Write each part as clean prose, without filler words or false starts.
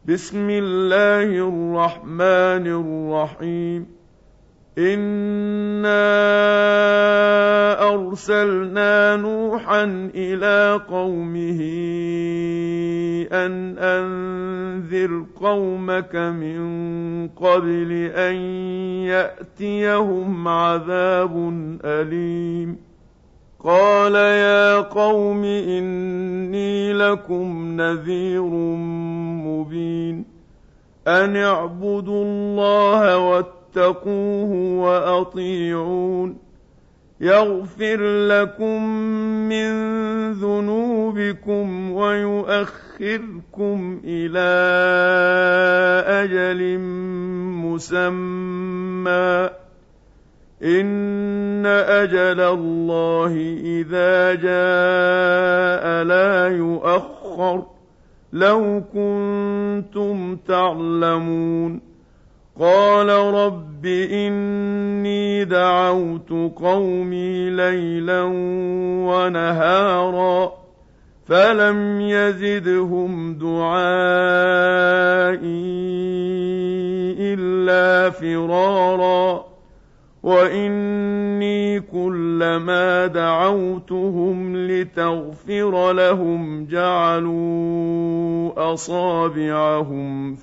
بسم الله الرحمن الرحيم. إنا أرسلنا نوحا إلى قومه أن أنذر قومك من قبل أن يأتيهم عذاب أليم. قال يا قوم إني لكم نذير مبين. أن اعبدوا الله واتقوه وأطيعون. يغفر لكم من ذنوبكم ويؤخركم إلى أجل مسمى إن أجل الله إذا جاء لا يؤخر لو كنتم تعلمون. قال رب إني دعوت قومي ليلا ونهارا فلم يزدهم دعائي إلا فرارا. وإني كلما دعوتهم لتغفر لهم جعلوا أصابعهم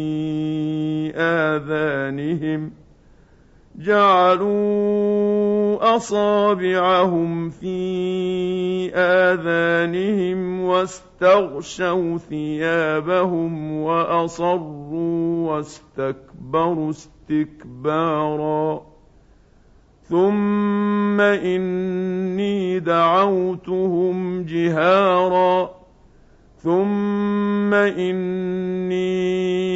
في آذانهم واستغشوا ثيابهم وأصروا واستكبروا استكبارا. ثم إني دعوتهم جهارا ثم إني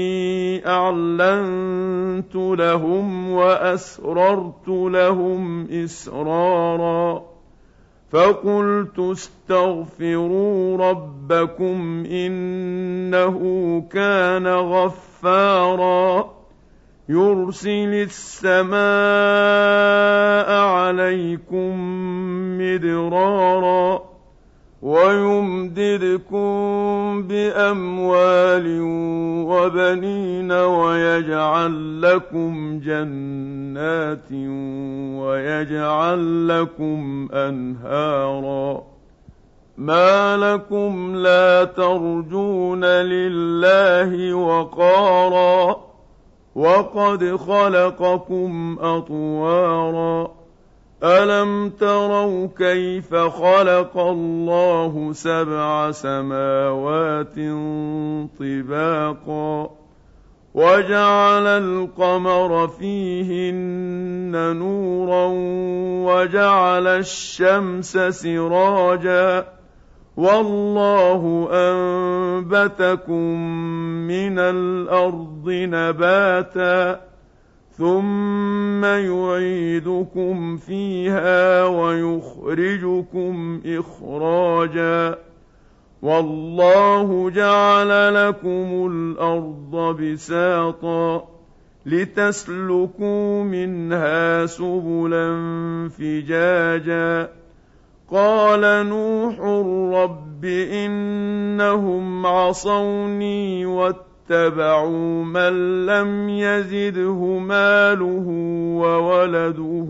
أعلنت لهم وأسررت لهم إسرارا. فقلت استغفروا ربكم إنه كان غفارا يرسل السماء عليكم مدرارا ويمددكم بأموال وبنين ويجعل لكم جنات ويجعل لكم أنهارا. ما لكم لا ترجون لله وقارا وقد خلقكم أطوارا. ألم تروا كيف خلق الله 7 سماوات طباقا وجعل القمر فيهن نورا وجعل الشمس سراجا والله أنبتكم من الأرض نباتا ثم يعيدكم فيها ويخرجكم إخراجا. والله جعل لكم الأرض بساطا لتسلكوا منها سبلا فجاجا. قال نوح رب إنهم عصوني واتبعوا من لم يزده ماله وولده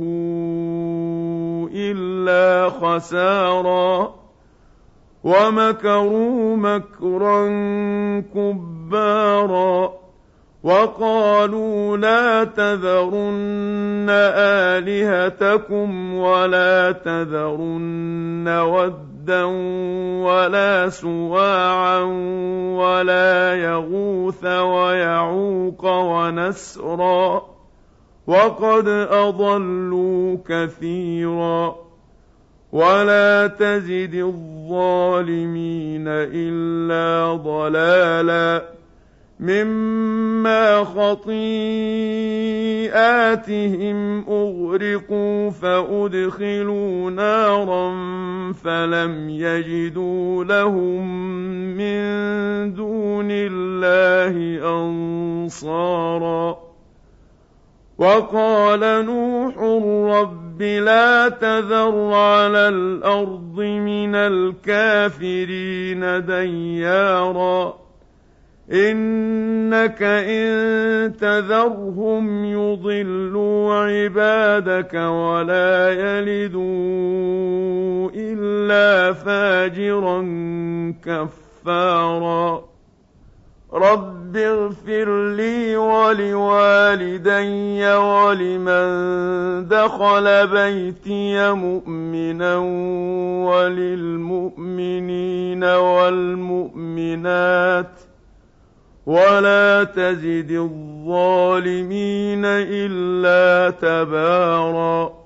إلا خسارا ومكروا مكرا كبارا. وقالوا لا تذرن آلهتكم ولا تذرن ودا ولا سواعا ولا يغوث ويعوق ونسرا وقد أضلوا كثيرا. ولا تزد الظالمين إلا ضلالا مما خطيئاتهم أغرقوا فأدخلوا نارا فلم يجدوا لهم من دون الله أنصارا. وقال نوح رب لا تذر على الأرض من الكافرين ديارا إنك إن تذرهم يضلوا عبادك ولا يلدوا إلا فاجرا كفارا رب اغفر لي ولوالدي ولمن دخل بيتي مؤمنا وللمؤمنين والمؤمنات ولا تزد الظالمين إلا تباراً